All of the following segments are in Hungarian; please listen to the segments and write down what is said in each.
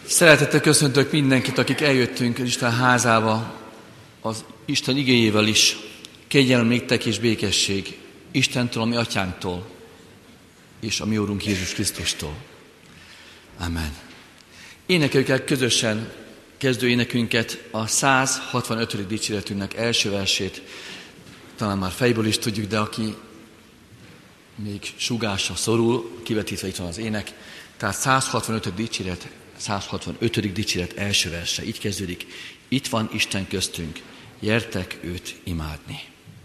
Szeretettel köszöntök mindenkit, akik eljöttünk az Isten házába, az Isten igéjével is. Kegyelem néktek és békesség Istentől, a mi atyánktól, és a mi Úrunk Jézus Krisztustól. Amen. Énekeljük el közösen kezdő énekünket, a 165. dicséretünknek első versét. Talán már fejből is tudjuk, de aki még sugásra szorul, kivetítve itt van az ének. Tehát 165. dicséret első verse. Így kezdődik. Itt van Isten köztünk, gyertek őt imádni.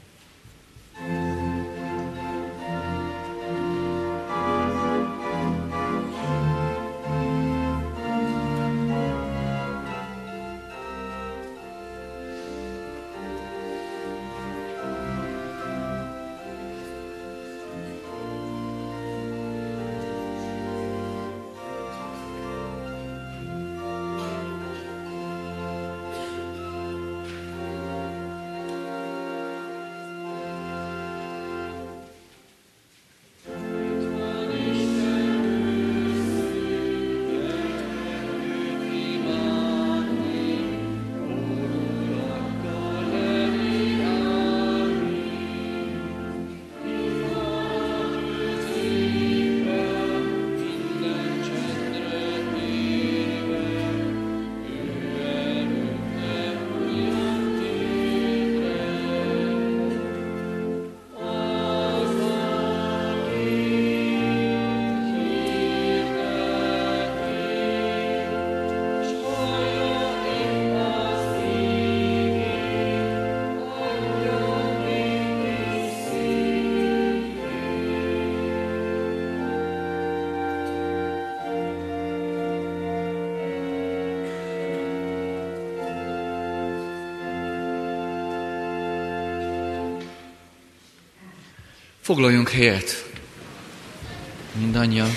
Foglaljunk helyet mindannyian.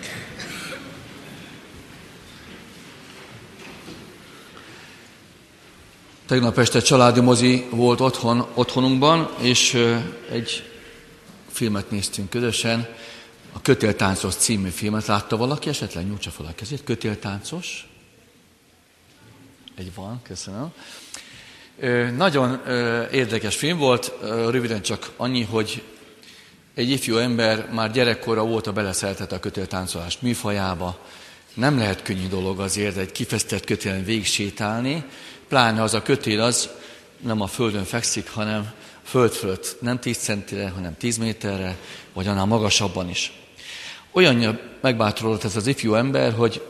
Tegnap este családi mozi volt otthonunkban, és egy filmet néztünk közösen, a Kötéltáncos című filmet. Látta valaki? Esetleg nyújtsa fel a kezét. Kötéltáncos. Egy van, köszönöm. Nagyon érdekes film volt, röviden csak annyi, hogy egy ifjú ember már gyerekkora óta beleszeretett a kötéltáncolás műfajába. Nem lehet könnyű dolog azért egy kifesztett kötélen végig sétálni, pláne az a kötél az nem a földön fekszik, hanem föld fölött, nem 10 centire, hanem 10 méterre, vagy annál magasabban is. Olyan megbátorodott ez az ifjú ember, hogy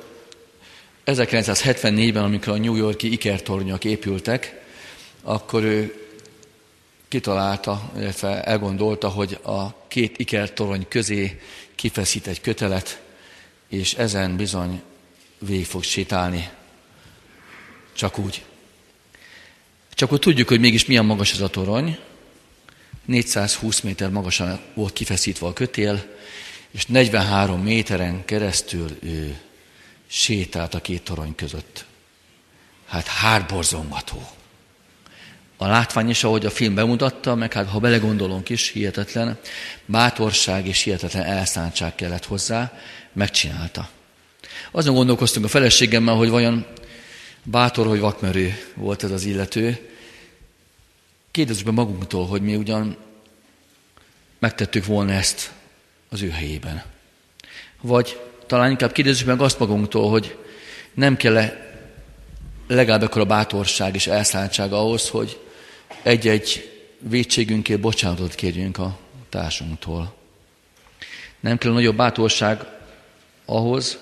1974-ben, amikor a New York-i ikertornyok épültek, akkor ő kitalálta, illetve elgondolta, hogy a két ikertorony közé kifeszít egy kötelet, és ezen bizony végig fog sétálni. Csak úgy. Csak úgy tudjuk, hogy mégis milyen magas ez a torony. 420 méter magasan volt kifeszítve a kötél, és 43 méteren keresztül ő sétált a két torony között. Hát hátborzongató. A látvány is, ahogy a film bemutatta, meg hát ha belegondolunk is, hihetetlen bátorság és hihetetlen elszántság kellett hozzá, megcsinálta. Azon gondolkoztunk a feleségemmel, hogy vajon bátor, hogy vakmerő volt ez az illető. Kérdezzük be magunktól, hogy mi ugyan megtettük volna ezt az ő helyében. Vagy talán inkább kérdezzük meg azt magunktól, hogy nem kell legalább ekkora bátorság és elszántság ahhoz, hogy egy-egy vétségünkért bocsánatot kérjünk a társunktól. Nem kell nagyobb bátorság ahhoz,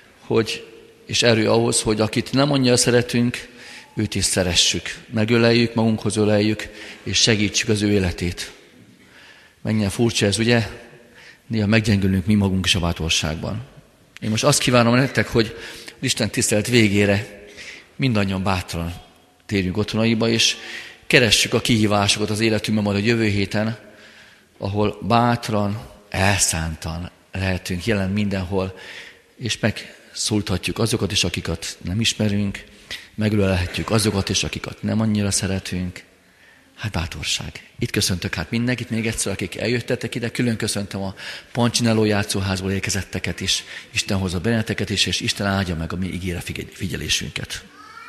és erő ahhoz, hogy akit nem annyira szeretünk, őt is szeressük. Megöleljük, magunkhoz öleljük, és segítsük az ő életét. Mennyire furcsa ez, ugye? Néha meggyengülünk mi magunk is a bátorságban. Én most azt kívánom nektek, hogy Isten tisztelet végére mindannyian bátran térjünk otthonaiba, és keressük a kihívásokat az életünkben majd a jövő héten, ahol bátran, elszántan lehetünk jelen mindenhol, és megszólíthatjuk azokat is, akiket nem ismerünk, megölelhetjük azokat is, akiket nem annyira szeretünk. bátorság. Itt köszöntök mindenkit még egyszer, akik eljöttetek ide. Külön köszöntöm a Pancsinelló játszóházból érkezetteket is. Isten hozza benneteket is, és Isten áldja meg a mi ígére figyelésünket.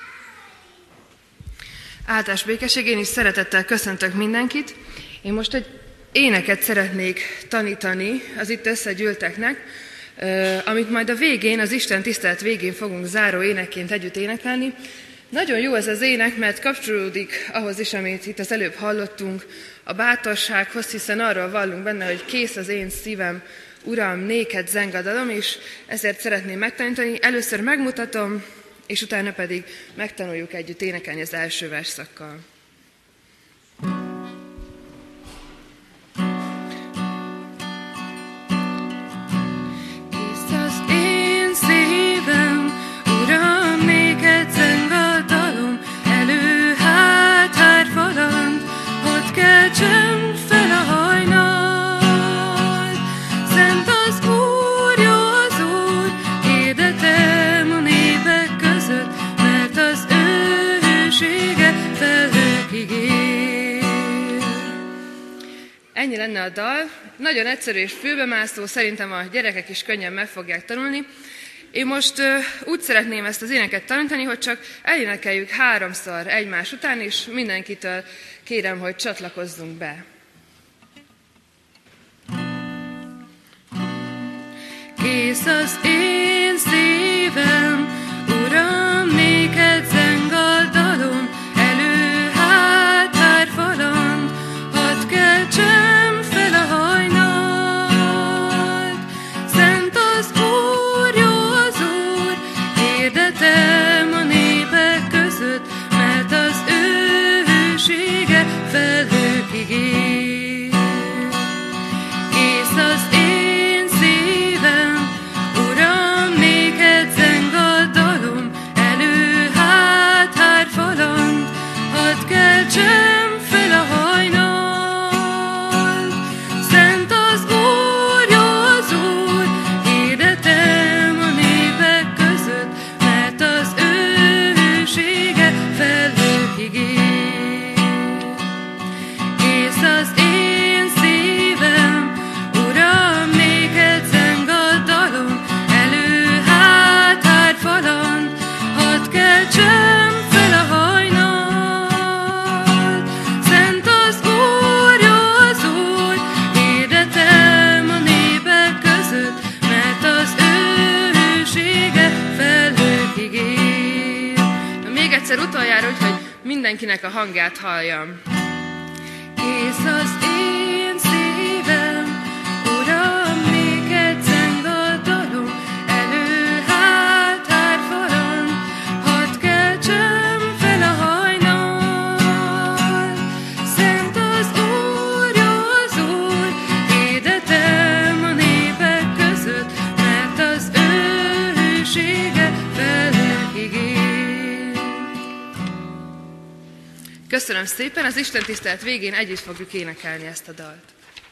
Áldás békesség, én is szeretettel köszöntök mindenkit. Én most egy éneket szeretnék tanítani az itt összegyűlteknek, amit majd a végén, az Isten tisztelet végén fogunk záró énekként együtt énekelni. Nagyon jó ez az ének, mert kapcsolódik ahhoz is, amit itt az előbb hallottunk, a bátorsághoz, hiszen arról vallunk benne, hogy kész az én szívem, Uram, néked zengadalom, és ezért szeretném megtanítani. Először megmutatom, és utána pedig megtanuljuk együtt énekelni az első versszakkal. Kész az én szívem, Uram, néked zengadalom, elő hátárfalant, hadd keltsem fel a hajnalt. Szent az Úr, jó az Úr, hirdetem a népek között, mert az ő hősége felhőkig ér. Ennyi lenne a dal. Nagyon egyszerű és fülbemászó, szerintem a gyerekek is könnyen meg fogják tanulni. Én most úgy szeretném ezt az éneket tanítani, hogy csak elénekeljük 3-szor egymás után, és mindenkitől kérem, hogy csatlakozzunk be. Kész az én szívem, Uram, néked zengadalom, elő hátárfalant, hadd keltsem fel a hajnalt. Szent az Úr, jó az Úr, hirdetem a népek között, mert az ő hősége felhőkig ér. Kész az én szívem, Uram, néked zengadalom, elő hátárfalant, hadd keltsem fel a hajnalt. Szent az Úr, jó az Úr, hirdetem a népek között, mert az ő hősége felhőkig ér. Kész az én szívem, Uram, néked zengadalom, elő hátárfalant, hadd keltsem fel a hajnalt. Szent az Úr, jó az Úr, hirdetem a népek között, mert az ő hősége felhőkig ér. Na, még egyszer utoljára, úgyhogy mindenkinek a hangját halljam. Kész az én szívem, Uram, néked zengadalom, elő hátárfalant, hadd keltsem fel a hajnalt. Szent az Úr, jó az Úr, hirdetem a népek között, mert az ő hősége felhőkig ér. Köszönöm szépen, az Isten tisztelet végén együtt fogjuk énekelni ezt a dalt.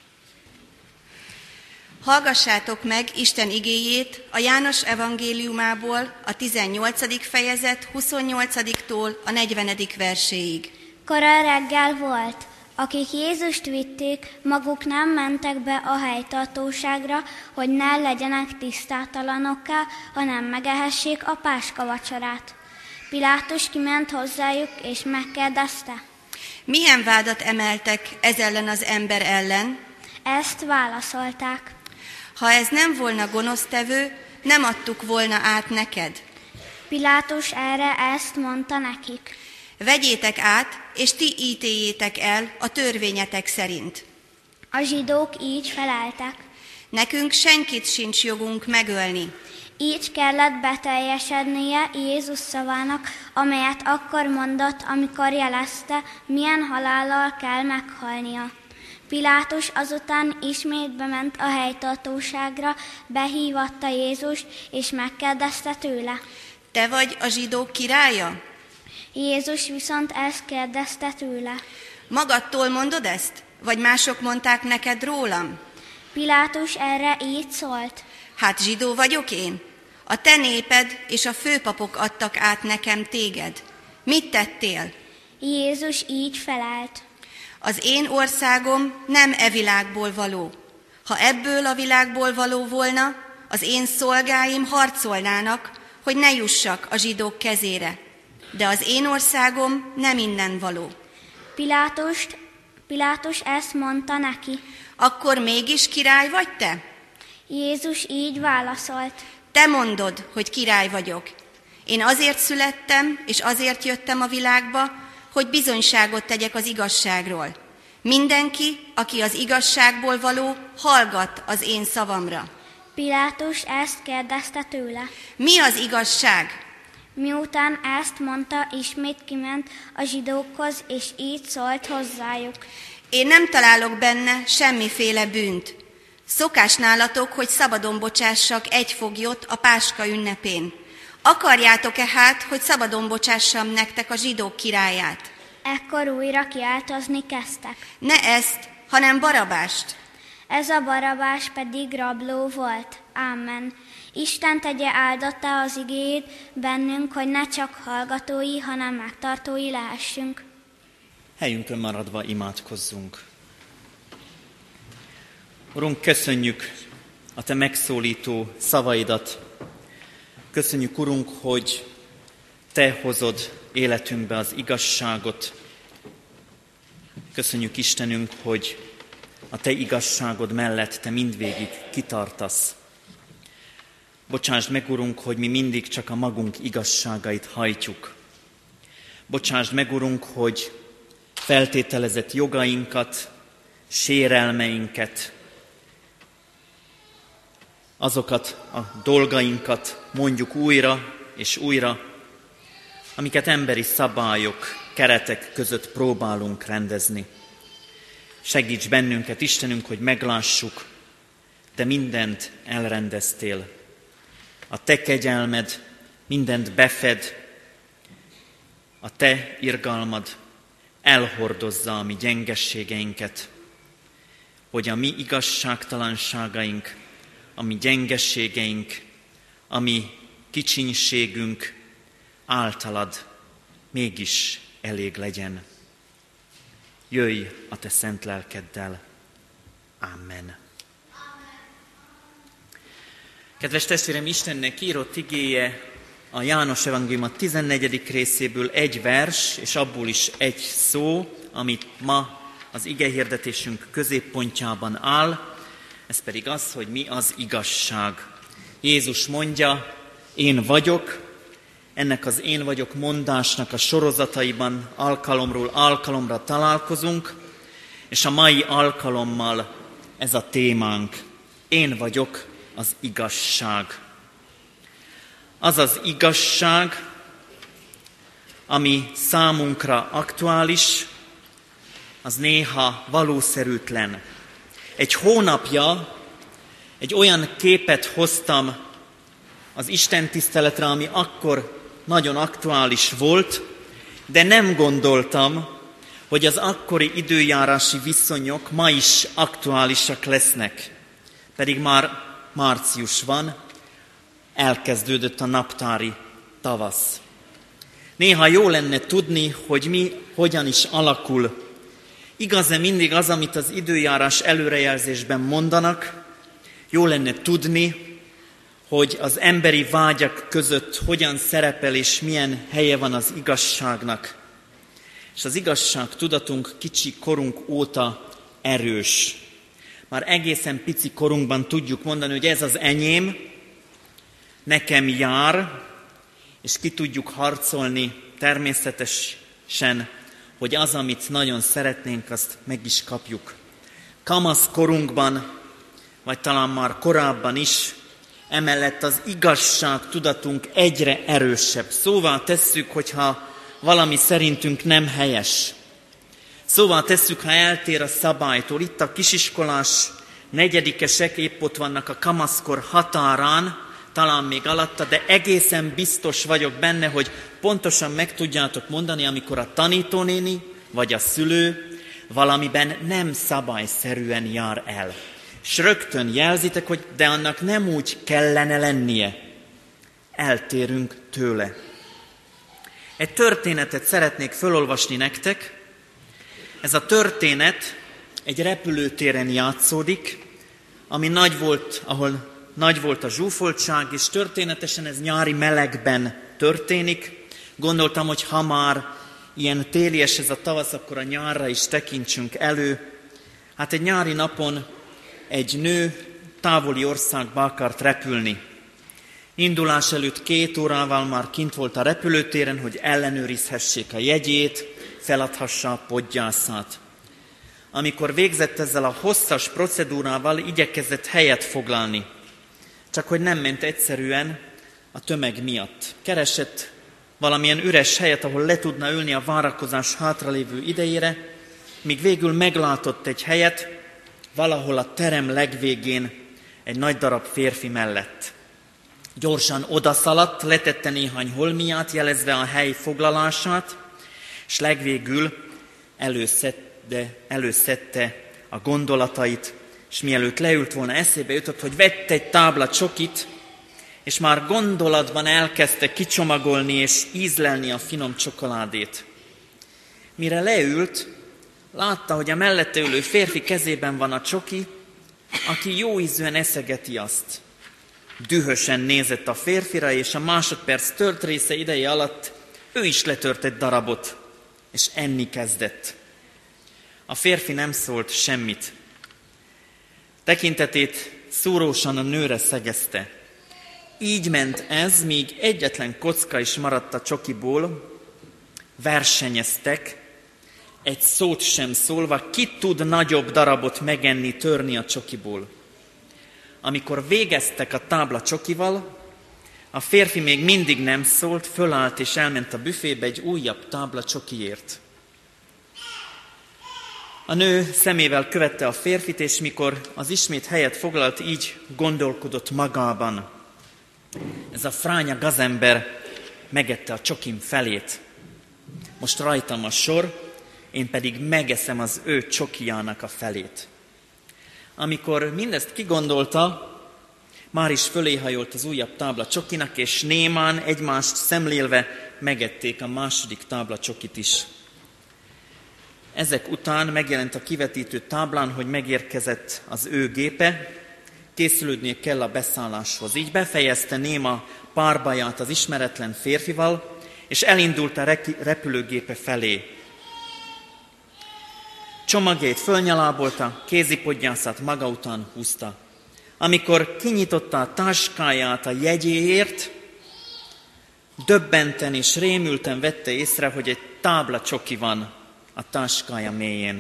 Hallgassátok meg Isten igéjét a János evangéliumából, a 18. fejezet 28-tól a 40. verséig. Kora reggel volt. Akik Jézust vitték, maguk nem mentek be a helytartóságra, hogy ne legyenek tisztátalanokká, hanem megehessék a páska vacsorát. Pilátus kiment hozzájuk, és megkérdezte: Milyen vádat emeltek ez ellen az ember ellen? Ezt válaszolták: Ha ez nem volna gonosztevő, nem adtuk volna át neked. Pilátus erre ezt mondta nekik: Vegyétek át, és ti ítéljétek el a törvényetek szerint. A zsidók így feleltek: Nekünk senkit sincs jogunk megölni. Így kellett beteljesednie Jézus szavának, amelyet akkor mondott, amikor jelezte, milyen halállal kell meghalnia. Pilátus azután ismét bement a helytartóságra, behívatta Jézust, és megkérdezte tőle: Te vagy a zsidók királya? Jézus viszont ezt kérdezte tőle: Magadtól mondod ezt? Vagy mások mondták neked rólam? Pilátus erre így szólt: Hát zsidó vagyok én? A te néped és a főpapok adtak át nekem téged. Mit tettél? Jézus így felelt: Az én országom nem e világból való. Ha ebből a világból való volna, az én szolgáim harcolnának, hogy ne jussak a zsidók kezére. De az én országom nem innen való. Pilátus ezt mondta neki. Akkor mégis király vagy te? Jézus így válaszolt. Te mondod, hogy király vagyok. Én azért születtem, és azért jöttem a világba, hogy bizonyságot tegyek az igazságról. Mindenki, aki az igazságból való, hallgat az én szavamra. Pilátus ezt kérdezte tőle. Mi az igazság? Miután ezt mondta, ismét kiment a zsidókhoz, és így szólt hozzájuk. Én nem találok benne semmiféle bűnt. Szokás nálatok, hogy szabadon bocsássak egy foglyot a Páska ünnepén. Akarjátok-e hát, hogy szabadon bocsássam nektek a zsidók királyát? Ekkor újra kiáltozni kezdtek. Ne ezt, hanem Barabást. Ez a Barabás pedig rabló volt. Ámen. Isten tegye áldottá az igéjét bennünk, hogy ne csak hallgatói, hanem megtartói lehessünk. Helyünkön maradva imádkozzunk. Urunk, köszönjük a Te megszólító szavaidat. Köszönjük, Urunk, hogy Te hozod életünkbe az igazságot. Köszönjük, Istenünk, hogy a Te igazságod mellett Te mindvégig kitartasz. Bocsásd meg, Urunk, hogy mi mindig csak a magunk igazságait hajtjuk. Bocsásd meg, Urunk, hogy feltételezett jogainkat, sérelmeinket, azokat a dolgainkat mondjuk újra és újra, amiket emberi szabályok, keretek között próbálunk rendezni. Segíts bennünket, Istenünk, hogy meglássuk, Te mindent elrendeztél. A Te kegyelmed mindent befed, a Te irgalmad elhordozza a mi gyengességeinket, hogy a mi igazságtalanságaink, a mi gyengességeink, a mi kicsinségünk általad mégis elég legyen. Jöjj a Te szent lelkeddel. Amen. Kedves testvérem, Istennek írott igéje a János Evangélium a 14. részéből egy vers, és abból is egy szó, amit ma az igehirdetésünk középpontjában áll, ez pedig az, hogy mi az igazság. Jézus mondja, én vagyok, ennek az én vagyok mondásnak a sorozataiban alkalomról alkalomra találkozunk, és a mai alkalommal ez a témánk. Én vagyok az igazság. Az az igazság, ami számunkra aktuális, az néha valószerűtlen. Egy hónapja egy olyan képet hoztam az istentiszteletre, ami akkor nagyon aktuális volt, de nem gondoltam, hogy az akkori időjárási viszonyok ma is aktuálisak lesznek. Pedig már március van, elkezdődött a naptári tavasz. Néha jó lenne tudni, hogy mi hogyan is alakul. Igaz-e mindig az, amit az időjárás előrejelzésben mondanak? Jó lenne tudni, hogy az emberi vágyak között hogyan szerepel és milyen helye van az igazságnak. És az igazság tudatunk kicsi korunk óta erős. Már egészen pici korunkban tudjuk mondani, hogy ez az enyém, nekem jár, és ki tudjuk harcolni természetesen, hogy az, amit nagyon szeretnénk, azt meg is kapjuk. Kamasz korunkban, vagy talán már korábban is, emellett az igazság tudatunk egyre erősebb. Szóvá tesszük, hogyha valami szerintünk nem helyes. Szóvá tesszük, ha eltér a szabálytól. Itt a kisiskolás negyedikesek épp ott vannak a kamaszkor határán, talán még alatta, de egészen biztos vagyok benne, hogy pontosan meg tudjátok mondani, amikor a tanítónéni vagy a szülő valamiben nem szabályszerűen jár el. És rögtön jelzitek, hogy de annak nem úgy kellene lennie. Eltérünk tőle. Egy történetet szeretnék felolvasni nektek. Ez a történet egy repülőtéren játszódik, ahol nagy volt a zsúfoltság, és történetesen ez nyári melegben történik. Gondoltam, hogy ha már ilyen télies ez a tavasz, akkor a nyárra is tekintsünk elő. Hát egy nyári napon egy nő távoli országba akart repülni. Indulás előtt 2 órával már kint volt a repülőtéren, hogy ellenőrizhessék a jegyét, feladhassa a podgyászát. Amikor végzett ezzel a hosszas procedúrával, igyekezett helyet foglalni. Csak hogy nem ment egyszerűen a tömeg miatt. Keresett valamilyen üres helyet, ahol le tudna ülni a várakozás hátralévő idejére, míg végül meglátott egy helyet, valahol a terem legvégén egy nagy darab férfi mellett. Gyorsan odaszaladt, letette néhány holmiát, jelezve a hely foglalását, és legvégül előszedte a gondolatait, és mielőtt leült volna, eszébe jutott, hogy vett egy tábla csokit, és már gondolatban elkezdte kicsomagolni és ízlelni a finom csokoládét. Mire leült, látta, hogy a mellette ülő férfi kezében van a csoki, aki jó ízűen eszegeti azt. Dühösen nézett a férfira, és a másodperc tört része ideje alatt ő is letört egy darabot, és enni kezdett. A férfi nem szólt semmit. Tekintetét szúrósan a nőre szegezte. Így ment ez, míg egyetlen kocka is maradt a csokiból. Versenyeztek, egy szót sem szólva, ki tud nagyobb darabot megenni, törni a csokiból. Amikor végeztek a tábla csokival, a férfi még mindig nem szólt, fölállt és elment a büfébe egy újabb tábla csokiért. A nő szemével követte a férfit, és mikor az ismét helyet foglalt, így gondolkodott magában. Ez a fránya gazember megette a csokim felét. Most rajtam a sor, én pedig megeszem az ő csokijának a felét. Amikor mindezt kigondolta, már is föléhajolt az újabb tábla csokinak, és némán egymást szemlélve megették a második tábla csokit is. Ezek után megjelent a kivetítő táblán, hogy megérkezett az ő gépe, készülődnie kell a beszálláshoz. Így befejezte néma párbaját az ismeretlen férfival, és elindult a repülőgépe felé. Csomagjait fölnyalábolta, kézipodgyászát maga után húzta. Amikor kinyitotta a táskáját a jegyéért, döbbenten és rémülten vette észre, hogy egy tábla csoki van a táskája mélyén.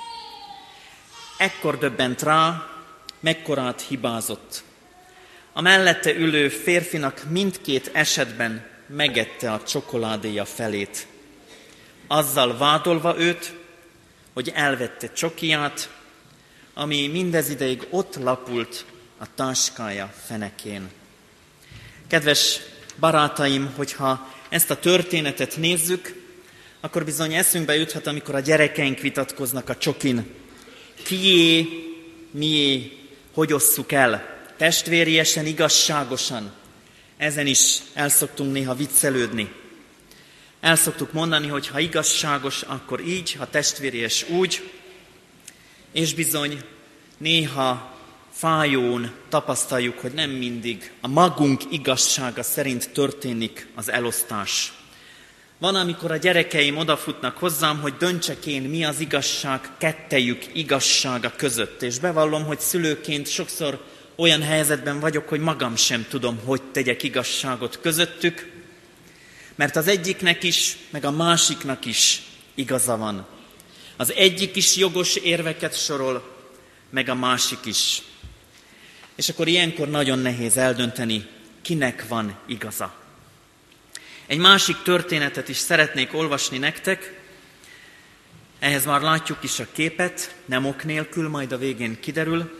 Ekkor döbbent rá, mekkorát hibázott. A mellette ülő férfinak mindkét esetben megette a csokoládéja felét. Azzal vádolva őt, hogy elvette csokiját, ami mindez ideig ott lapult a táskája fenekén. Kedves barátaim, hogyha ezt a történetet nézzük, akkor bizony eszünkbe juthat, amikor a gyerekeink vitatkoznak a csokin. Kié, mié, hogy osszuk el? Testvériesen, igazságosan. Ezen is el szoktunk néha viccelődni. El szoktuk mondani, hogy ha igazságos, akkor így, ha testvéries úgy, és bizony néha fájón tapasztaljuk, hogy nem mindig a magunk igazsága szerint történik az elosztás. Van, amikor a gyerekeim odafutnak hozzám, hogy döntsek én, mi az igazság kettejük igazsága között. És bevallom, hogy szülőként sokszor olyan helyzetben vagyok, hogy magam sem tudom, hogy tegyek igazságot közöttük, mert az egyiknek is, meg a másiknak is igaza van. Az egyik is jogos érveket sorol, meg a másik is. És akkor ilyenkor nagyon nehéz eldönteni, kinek van igaza. Egy másik történetet is szeretnék olvasni nektek, ehhez már látjuk is a képet, nem ok nélkül, majd a végén kiderül.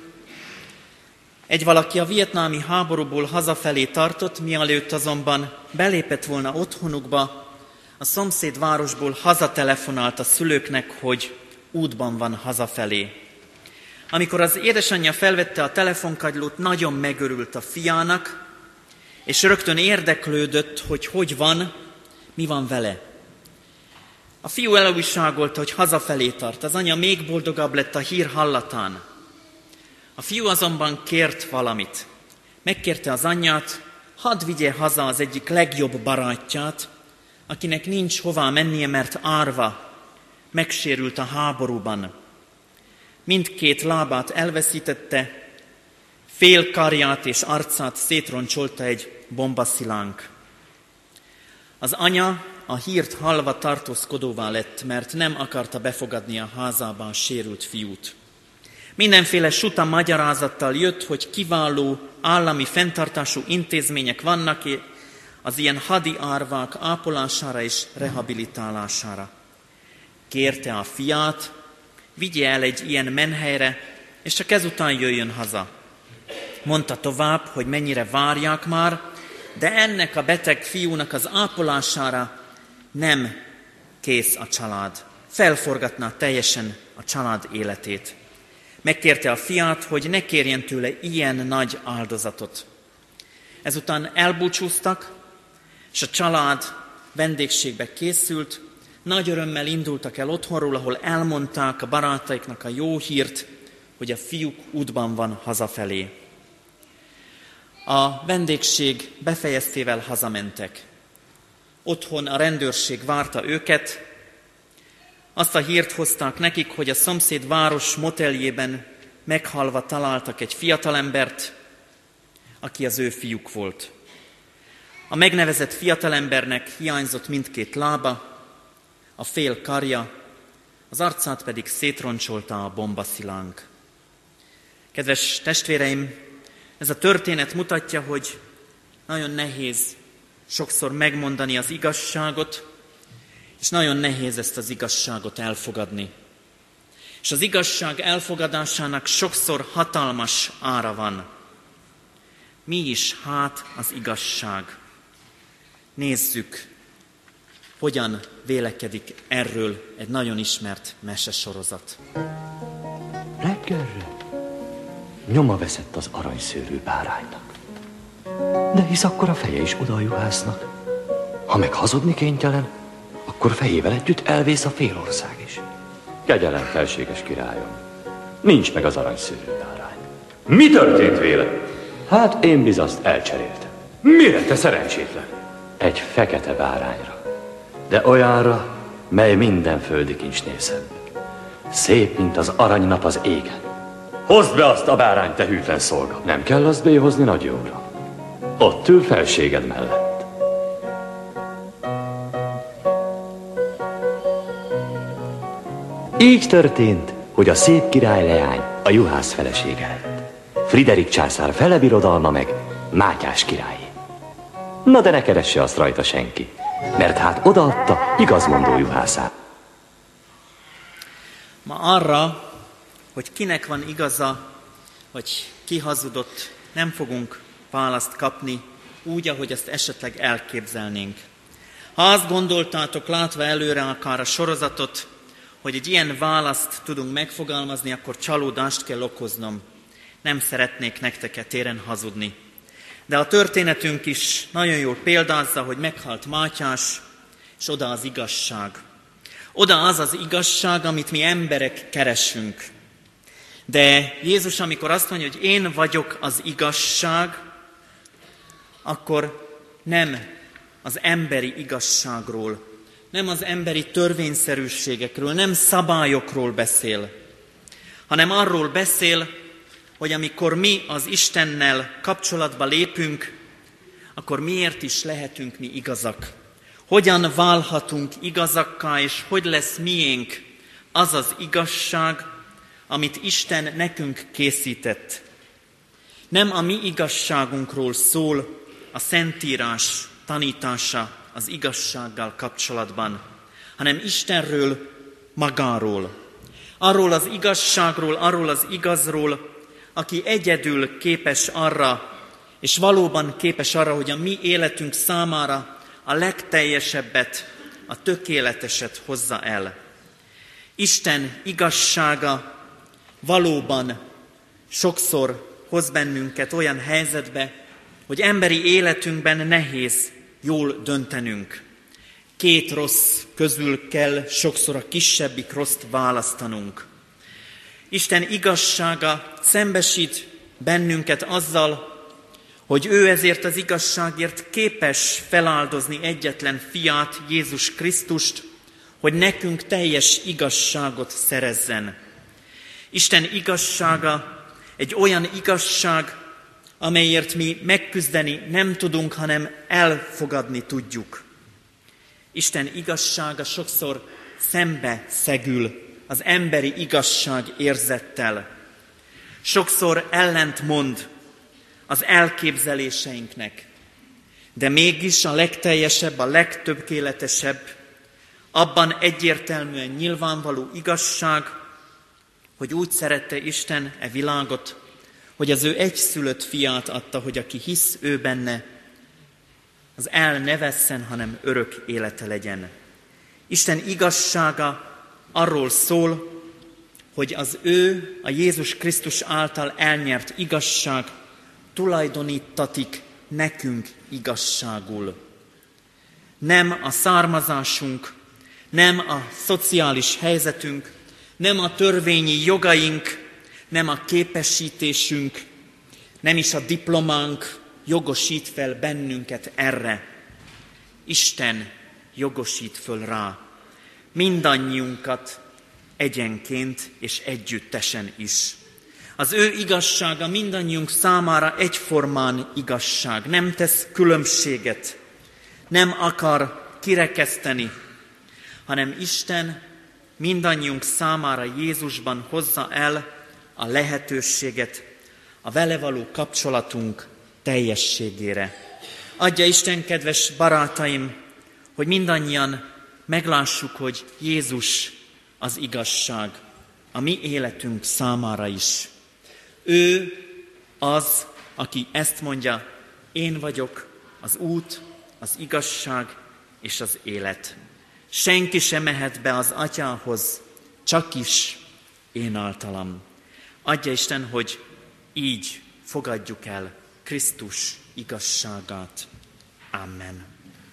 Egy valaki a vietnámi háborúból hazafelé tartott, mielőtt azonban belépett volna otthonukba, a szomszéd városból hazatelefonált a szülőknek, hogy útban van hazafelé. Amikor az édesanyja felvette a telefonkagylót, nagyon megörült a fiának, és rögtön érdeklődött, hogy van, mi van vele. A fiú elújságolta, hogy hazafelé tart. Az anya még boldogabb lett a hír hallatán. A fiú azonban kért valamit. Megkérte az anyját, hadd vigye haza az egyik legjobb barátját, akinek nincs hová mennie, mert árva, megsérült a háborúban. Mindkét lábát elveszítette, fél karját és arcát szétroncsolta egy bombaszilánk. Az anya a hírt hallva tartózkodóvá lett, mert nem akarta befogadni a házába a sérült fiút. Mindenféle suta magyarázattal jött, hogy kiváló állami fenntartású intézmények vannak az ilyen hadi árvák ápolására és rehabilitálására. Kérte a fiát, vigye el egy ilyen menhelyre, és csak ezután jöjjön haza. Mondta tovább, hogy mennyire várják már, de ennek a beteg fiúnak az ápolására nem kész a család. Felforgatná teljesen a család életét. Megkérte a fiát, hogy ne kérjen tőle ilyen nagy áldozatot. Ezután elbúcsúztak, és a család vendégségbe készült, nagy örömmel indultak el otthonról, ahol elmondták a barátaiknak a jó hírt, hogy a fiúk útban van hazafelé. A vendégség befejeztével hazamentek. Otthon a rendőrség várta őket. Azt a hírt hozták nekik, hogy a szomszéd város moteljében meghalva találtak egy fiatalembert, aki az ő fiúk volt. A megnevezett fiatalembernek hiányzott mindkét lába, a fél karja, az arcát pedig szétroncsolta a bombaszilánk. Kedves testvéreim, ez a történet mutatja, hogy nagyon nehéz sokszor megmondani az igazságot, és nagyon nehéz ezt az igazságot elfogadni. És az igazság elfogadásának sokszor hatalmas ára van. Mi is hát az igazság? Nézzük, hogyan vélekedik erről egy nagyon ismert mesesorozat. Reggelre nyoma veszett az aranyszőrű báránynak. De hisz akkor a feje is oda a juhásznak. Ha meg hazudni kénytelen, akkor fejével együtt elvész a félország is. Kegyelem, felséges királyom, nincs meg az aranyszőrű bárány. Mi történt vele? Hát én bizaszt elcseréltem. Mire, te szerencsétlen? Egy fekete bárányra, de olyanra, mely minden földi kincsnél szebb. Szép, mint az aranynap az égen. Hozd be azt a bárányt, te hűtlen szolga. Nem kell azt behozni, nagy jóra. Ott ül felséged mellett. Így történt, hogy a szép király leány a juhász felesége lett. Friderik császár fele birodalma meg Mátyás királyé. Na de ne keresse azt rajta senki, mert hát odaadta igazmondó juhászát. Ma arra, hogy kinek van igaza, vagy ki hazudott, nem fogunk választ kapni úgy, ahogy azt esetleg elképzelnénk. Ha azt gondoltátok, látva előre akár a sorozatot, hogy egy ilyen választ tudunk megfogalmazni, akkor csalódást kell okoznom. Nem szeretnék nektek téren hazudni. De a történetünk is nagyon jól példázza, hogy meghalt Mátyás, és oda az igazság. Oda az az igazság, amit mi emberek keresünk. De Jézus, amikor azt mondja, hogy én vagyok az igazság, akkor nem az emberi igazságról, nem az emberi törvényszerűségekről, nem szabályokról beszél, hanem arról beszél, hogy amikor mi az Istennel kapcsolatba lépünk, akkor miért is lehetünk mi igazak. Hogyan válhatunk igazakká, és hogy lesz miénk az az igazság, amit Isten nekünk készített. Nem a mi igazságunkról szól a Szentírás tanítása az igazsággal kapcsolatban, hanem Istenről magáról. Arról az igazságról, arról az igazról, aki egyedül képes arra, és valóban képes arra, hogy a mi életünk számára a legteljesebbet, a tökéleteset hozza el. Isten igazsága valóban sokszor hoz bennünket olyan helyzetbe, hogy emberi életünkben nehéz jól döntenünk. Két rossz közül kell sokszor a kisebbik rosszt választanunk. Isten igazsága szembesít bennünket azzal, hogy ő ezért az igazságért képes feláldozni egyetlen fiát, Jézus Krisztust, hogy nekünk teljes igazságot szerezzen. Isten igazsága egy olyan igazság, amelyért mi megküzdeni nem tudunk, hanem elfogadni tudjuk. Isten igazsága sokszor szembe szegül az emberi igazság érzettel. Sokszor ellentmond az elképzeléseinknek, de mégis a legteljesebb, a legtökéletesebb, abban egyértelműen nyilvánvaló igazság, hogy úgy szerette Isten e világot, hogy az ő egyszülött fiát adta, hogy aki hisz ő benne, az el ne vesszen, hanem örök élete legyen. Isten igazsága arról szól, hogy az ő, a Jézus Krisztus által elnyert igazság tulajdonítatik nekünk igazságul. Nem a származásunk, nem a szociális helyzetünk, nem a törvényi jogaink, nem a képesítésünk, nem is a diplománk jogosít fel bennünket erre. Isten jogosít föl rá mindannyiunkat egyenként és együttesen is. Az ő igazsága mindannyiunk számára egyformán igazság, nem tesz különbséget, nem akar kirekeszteni, hanem Isten mindannyiunk számára Jézusban hozza el a lehetőséget a vele való kapcsolatunk teljességére. Adja Isten, kedves barátaim, hogy mindannyian meglássuk, hogy Jézus az igazság a mi életünk számára is. Ő az, aki ezt mondja, én vagyok az út, az igazság és az élet. Senki sem mehet be az Atyához, csak is én általam. Adja Isten, hogy így fogadjuk el Krisztus igazságát. Amen.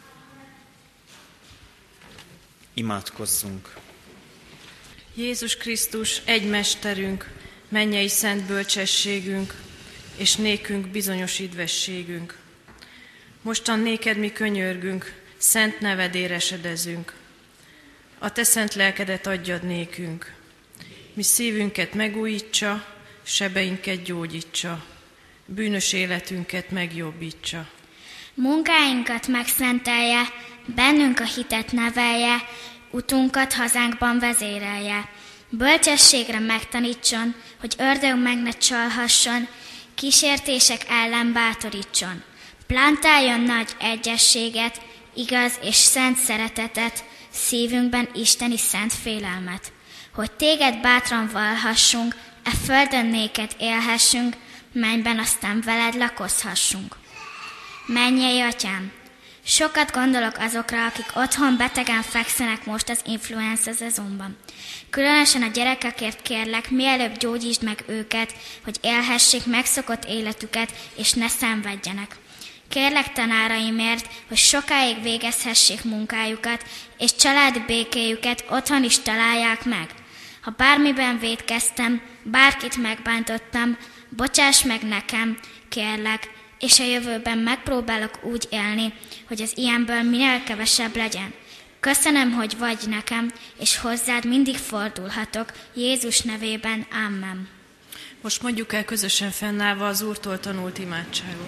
Imádkozzunk. Jézus Krisztus, egy mesterünk, mennyei szent bölcsességünk, és nékünk bizonyos idvességünk. Mostan néked mi könyörgünk, szent nevedére esedezünk. A te szent lelkedet adjad nékünk. Mi szívünket megújítsa, sebeinket gyógyítsa, bűnös életünket megjobbítsa. Munkáinkat megszentelje, bennünk a hitet nevelje, utunkat hazánkban vezérelje. Bölcsességre megtanítson, hogy ördög meg ne csalhasson, kísértések ellen bátorítson. Plántáljon nagy egyességet, igaz és szent szeretetet, szívünkben isteni szent félelmet. Hogy téged bátran vallhassunk, e földön néked élhessünk, mennyben aztán veled lakozhassunk. Mennyei Atyám, sokat gondolok azokra, akik otthon betegen fekszenek most az influenza szezonban. Különösen a gyerekekért kérlek, mielőbb gyógyítsd meg őket, hogy élhessék megszokott életüket, és ne szenvedjenek. Kérlek tanáraimért, hogy sokáig végezhessék munkájukat, és családi békéjüket otthon is találják meg. Ha bármiben vétkeztem, bárkit megbántottam, bocsáss meg nekem, kérlek, és a jövőben megpróbálok úgy élni, hogy az ilyenből minél kevesebb legyen. Köszönöm, hogy vagy nekem, és hozzád mindig fordulhatok. Jézus nevében, Amen. Most mondjuk el közösen fennállva az Úrtól tanult imádságot.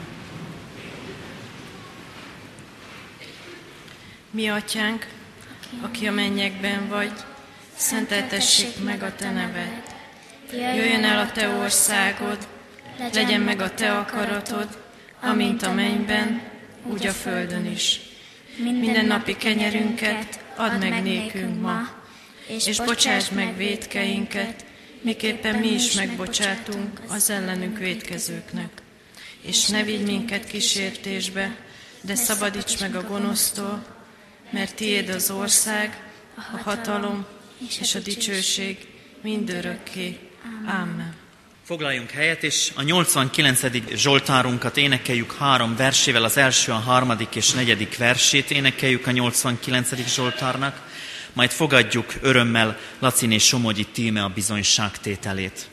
Mi Atyánk, aki a mennyekben vagy, szenteltessék meg a te neved. Jöjjön el a te országod, legyen meg a te akaratod, amint a mennyben, úgy a földön is. Mindennapi kenyerünket add meg nékünk ma, és bocsásd meg vétkeinket, miképpen mi is megbocsátunk az ellenünk vétkezőknek. És ne vigy minket kísértésbe, de szabadíts meg a gonosztól, mert tiéd az ország, a hatalom és a dicsőség mindörökké. Amen. Foglaljunk helyet, és a 89. Zsoltárunkat énekeljük 3 versével, az első, a 3. és 4. versét énekeljük a 89. Zsoltárnak, majd fogadjuk örömmel Laciné Somogyi Tíme a bizonyságtételét.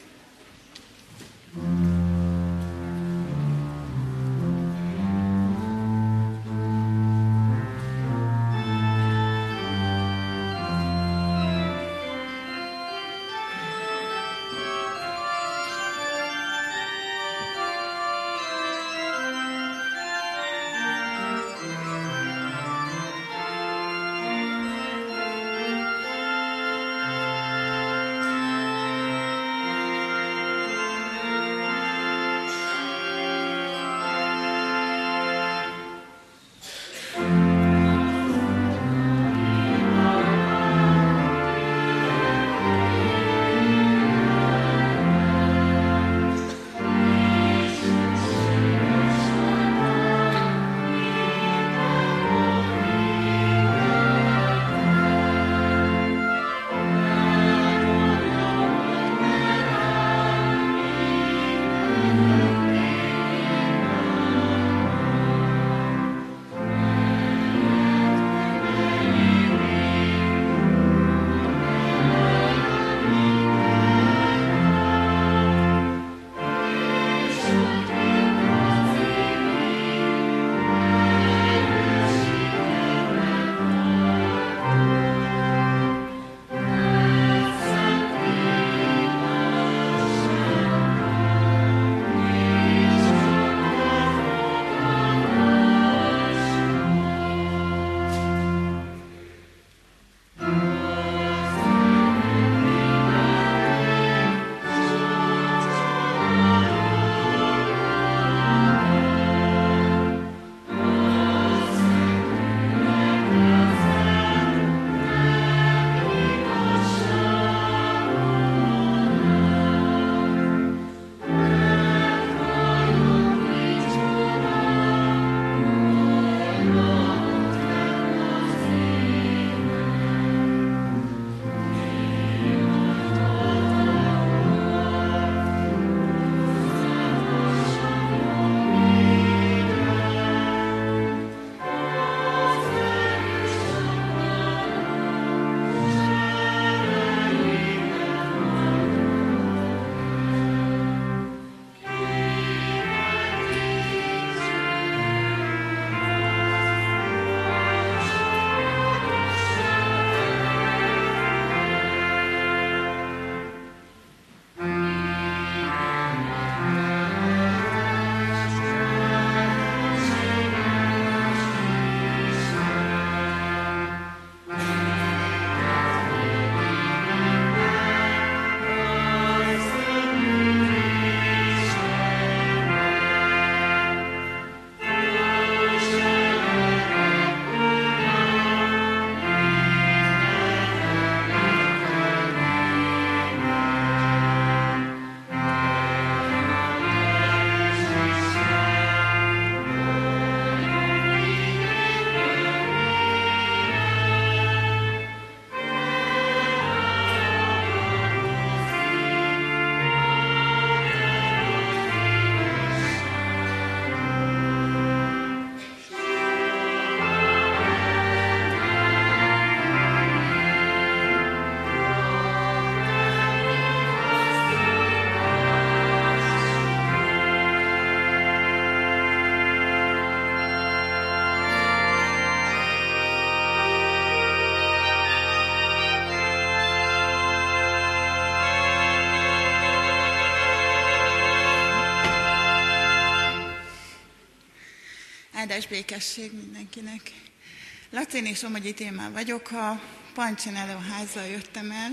Áldás békesség mindenkinek. Laciné Somogyi Tímán vagyok, a Pancsinello házzal jöttem el.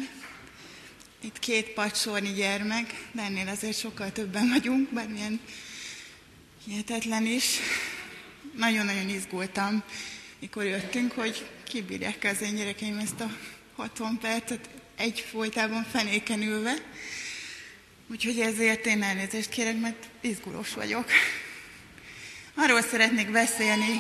Itt 2 padsornyi gyermek, de ennél azért sokkal többen vagyunk, bármilyen hihetetlen is. Nagyon-nagyon izgultam, mikor jöttünk, hogy kibírják az én gyerekeim ezt a 60 percet egyfolytában fenéken ülve. Úgyhogy ezért én elnézést kérek, mert izgulós vagyok. Arról szeretnék beszélni,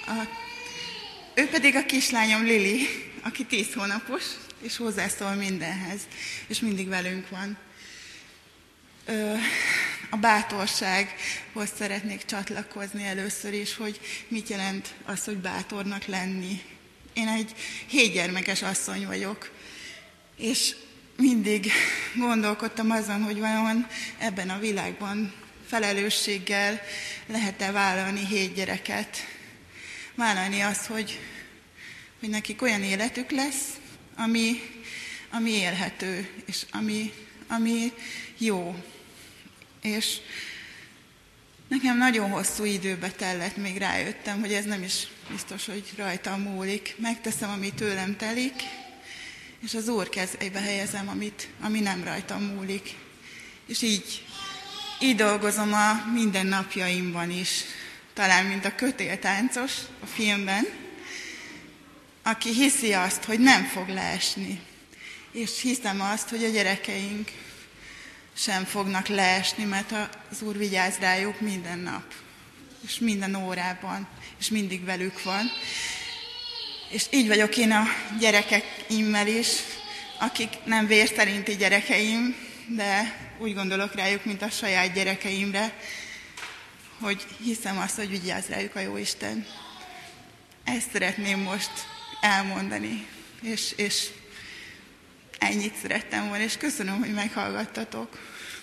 ő pedig a kislányom Lili, aki 10 hónapos, és hozzászól mindenhez, és mindig velünk van. a bátorsághoz szeretnék csatlakozni először is, hogy mit jelent az, hogy bátornak lenni. Én egy 7 gyermekes asszony vagyok, és mindig gondolkodtam azon, hogy vajon ebben a világban felelősséggel lehet-e vállalni 7 gyereket. Vállalni azt, hogy nekik olyan életük lesz, ami élhető, és ami jó. És nekem nagyon hosszú időbe tellett, még rájöttem, hogy ez nem is biztos, hogy rajtam múlik. Megteszem, ami tőlem telik, és az Úr kezébe helyezem, ami nem rajtam múlik. És így dolgozom a mindennapjaimban is. Talán, mint a kötéltáncos a filmben, aki hiszi azt, hogy nem fog leesni. És hiszem azt, hogy a gyerekeink sem fognak leesni, mert az Úr vigyáz rájuk minden nap, és minden órában, és mindig velük van. És így vagyok én a gyerekeimmel is, akik nem vér szerinti gyerekeim, de úgy gondolok rájuk, mint a saját gyerekeimre, hogy hiszem azt, hogy vigyáz rájuk a Jóisten. Ezt szeretném most elmondani, és ennyit szerettem volna, és köszönöm, hogy meghallgattatok.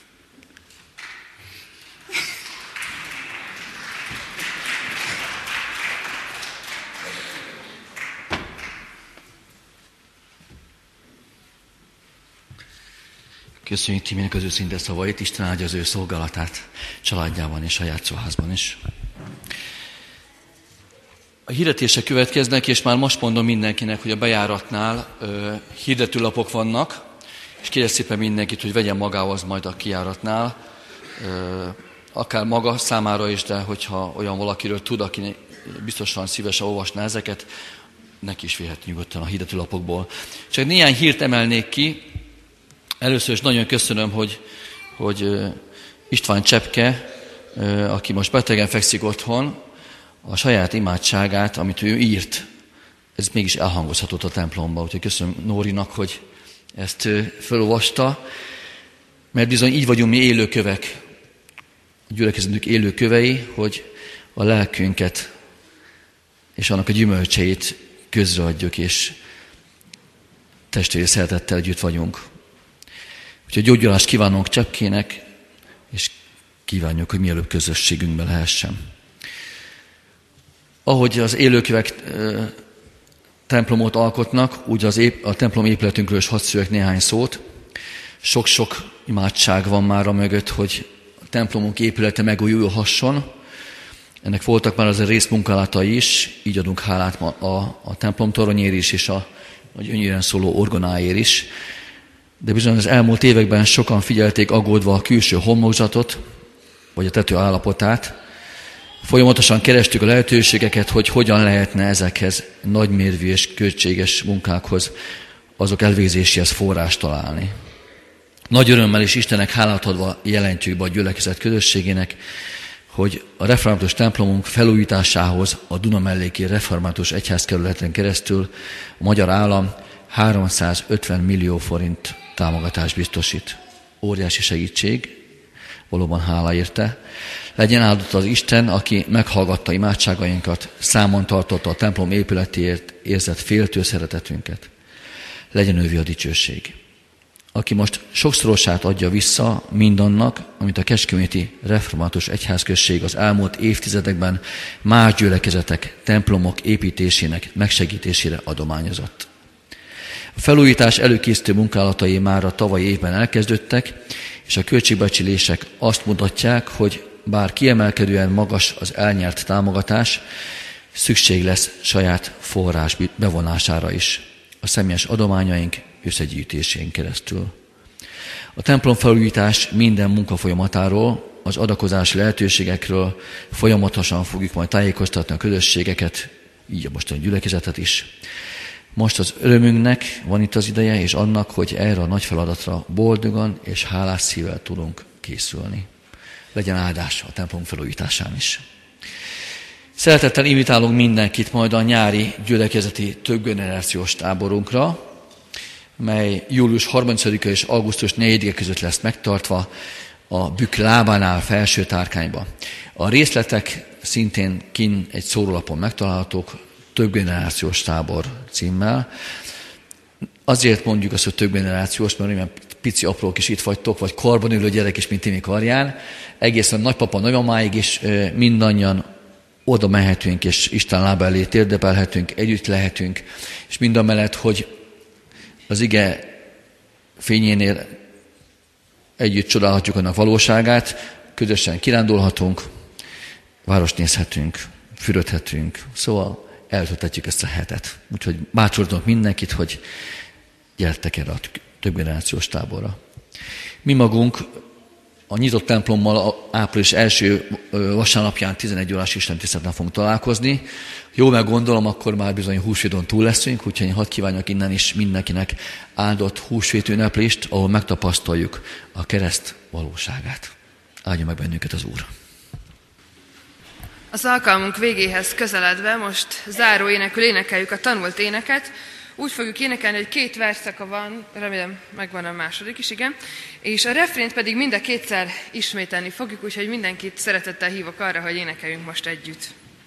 Köszönjük Timinek az őszinte szavait, Isten áldja az ő szolgálatát családjában és a játszóházban is. A hirdetések következnek, és már most mondom mindenkinek, hogy a bejáratnál hirdetőlapok vannak, és kérem szépen mindenkit, hogy vegyen magához majd a kijáratnál, akár maga számára is, de hogyha olyan valakiről tud, aki biztosan szívesen olvasná ezeket, neki is vihet nyugodtan a hirdetőlapokból. Csak néhány hírt emelnék ki. Először is nagyon köszönöm, hogy István Csepke, aki most betegen fekszik otthon, a saját imádságát, amit ő írt, ez mégis elhangozhatott a templomba. Úgyhogy köszönöm Nórinak, hogy ezt felolvasta, mert bizony így vagyunk mi élőkövek, a gyülekezetünk élőkövei, hogy a lelkünket és annak a gyümölcseit közreadjuk, és testvéri szeretettel együtt vagyunk. Úgyhogy gyógyulást kívánunk Csepkének, és kívánjuk, hogy mielőbb közösségünkben lehessen. Ahogy az élőkövek templomot alkotnak, úgy a templom épületünkről is hadd szóljak néhány szót. Sok-sok imádság van már a mögött, hogy a templomunk épülete megújulhasson. Ennek voltak már azért részmunkálatai is, így adunk hálát a templomtoronyért is, és a gyönyörűen szóló orgonáért is. De bizony az elmúlt években sokan figyelték aggódva a külső homlokzatot, vagy a tető állapotát. Folyamatosan kerestük a lehetőségeket, hogy hogyan lehetne ezekhez nagymérvű és költséges munkákhoz, azok elvégzéséhez forrást találni. Nagy örömmel és Istennek hálát adva jelentjük be a gyülekezet közösségének, hogy a református templomunk felújításához a Dunamelléki Református Egyházkerületen keresztül a magyar állam 350 millió forint támogatást biztosít. Óriási segítség, valóban hála érte. Legyen áldott az Isten, aki meghallgatta imádságainkat, számon tartotta a templom épületéért érzett féltő szeretetünket. Legyen ővé a dicsőség. Aki most sokszorosát adja vissza mindannak, amit a Kecskeméti Református Egyházközség az elmúlt évtizedekben más gyülekezetek, templomok építésének megsegítésére adományozott. A felújítás előkészítő munkálatai már a tavalyi évben elkezdődtek, és a költségbecslések azt mutatják, hogy bár kiemelkedően magas az elnyert támogatás, szükség lesz saját forrás bevonására is, a személyes adományaink összegyűjtésén keresztül. A templomfelújítás minden munkafolyamatáról, az adakozási lehetőségekről folyamatosan fogjuk majd tájékoztatni a közösségeket, így a mostani gyülekezetet is. Most az örömünknek van itt az ideje, és annak, hogy erre a nagy feladatra boldogan és hálás szívvel tudunk készülni. Legyen áldás a templom felújításán is. Szeretettel invitálunk mindenkit majd a nyári gyülekezeti többgenerációs táborunkra, mely július 30-a és augusztus 4-e között lesz megtartva a bükk lábánál felső tárkányba. A részletek szintén kint egy szórólapon megtalálhatók, Több generációs tábor címmel. Azért mondjuk azt, hogy több generációs, mert olyan pici aprók is itt vagytok, vagy karban ülő gyerek is, mint Timi karján. Egészen nagypapa, nagymamáig is mindannyian oda mehetünk, és Isten lába elé térdepelhetünk, együtt lehetünk, és mindamellett, hogy az ige fényénél együtt csodálhatjuk annak valóságát, közösen kirándulhatunk, várost nézhetünk, fürödhetünk, szóval eltölthetjük ezt a hetet. Úgyhogy bátorítom mindenkit, hogy gyertek erre a több generációs táborra. Mi magunk a nyitott templommal április első vasárnapján 11 órás istentiszteleten fogunk találkozni. Jól meggondolom, akkor már bizony húsvéton túl leszünk, úgyhogy én hadd kívánjak innen is mindenkinek áldott húsvét ünneplést, ahol megtapasztaljuk a kereszt valóságát. Áldja meg bennünket az Úr! Az alkalmunk végéhez közeledve most záró énekül énekeljük a tanult éneket. Úgy fogjuk énekelni, hogy 2 versszaka van, remélem megvan a második is, igen, és a refrént pedig mind a kétszer ismételni fogjuk, úgyhogy mindenkit szeretettel hívok arra, hogy énekeljünk most együtt.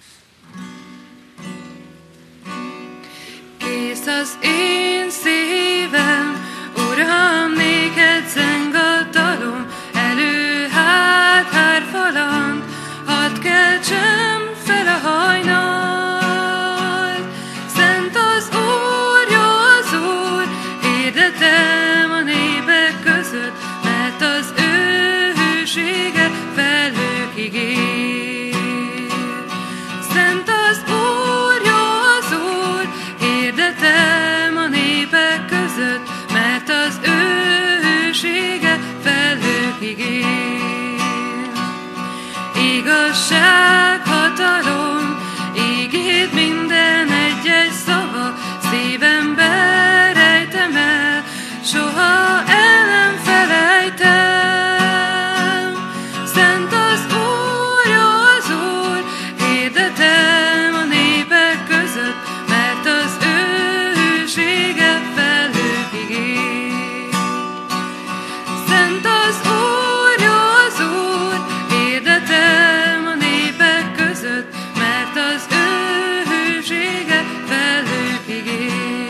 Kész az én szívem, Uram, néked zeng a dalom, elő, hát, hárfalant, hadd keltsem fel a hajnalt. Szent az Úr, jó az Úr, hirdetem a népek között, mert az ő hűsége felhőkig ér. Szent az Úr, jó az Úr, hirdetem a népek között, mert az ő hűsége felhőkig ér. Igazság, hatalom, ígéd minden egy-egy szava, szívembe rejtem el, soha el nem felejtem. Szent az Úr, jó az Úr, hirdetem a népek között, mert az ő hűsége felhőkig ér. Szent az Úr, jó az Úr, hirdetem a népek között, mert az ő hűsége felhőkig ér.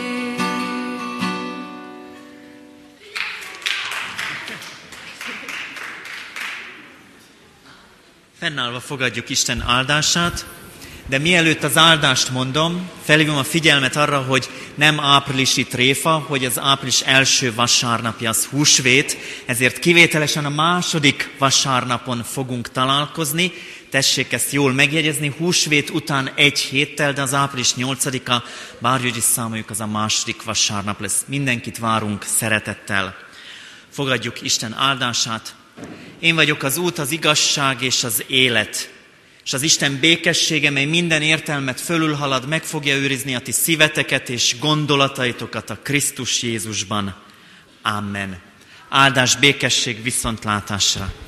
Fennállva fogadjuk Isten áldását, de mielőtt az áldást mondom, felhívom a figyelmet arra, hogy nem áprilisi tréfa, hogy az április első vasárnapja az húsvét, ezért kivételesen a második vasárnapon fogunk találkozni. Tessék ezt jól megjegyezni, húsvét után 1 héttel, de az április 8-a, bárhogy is számoljuk, az a második vasárnap lesz. Mindenkit várunk szeretettel. Fogadjuk Isten áldását. Én vagyok az út, az igazság és az élet. És az Isten békessége, mely minden értelmet fölülhalad, meg fogja őrizni a ti szíveteket és gondolataitokat a Krisztus Jézusban. Amen. Áldás, békesség, viszontlátásra!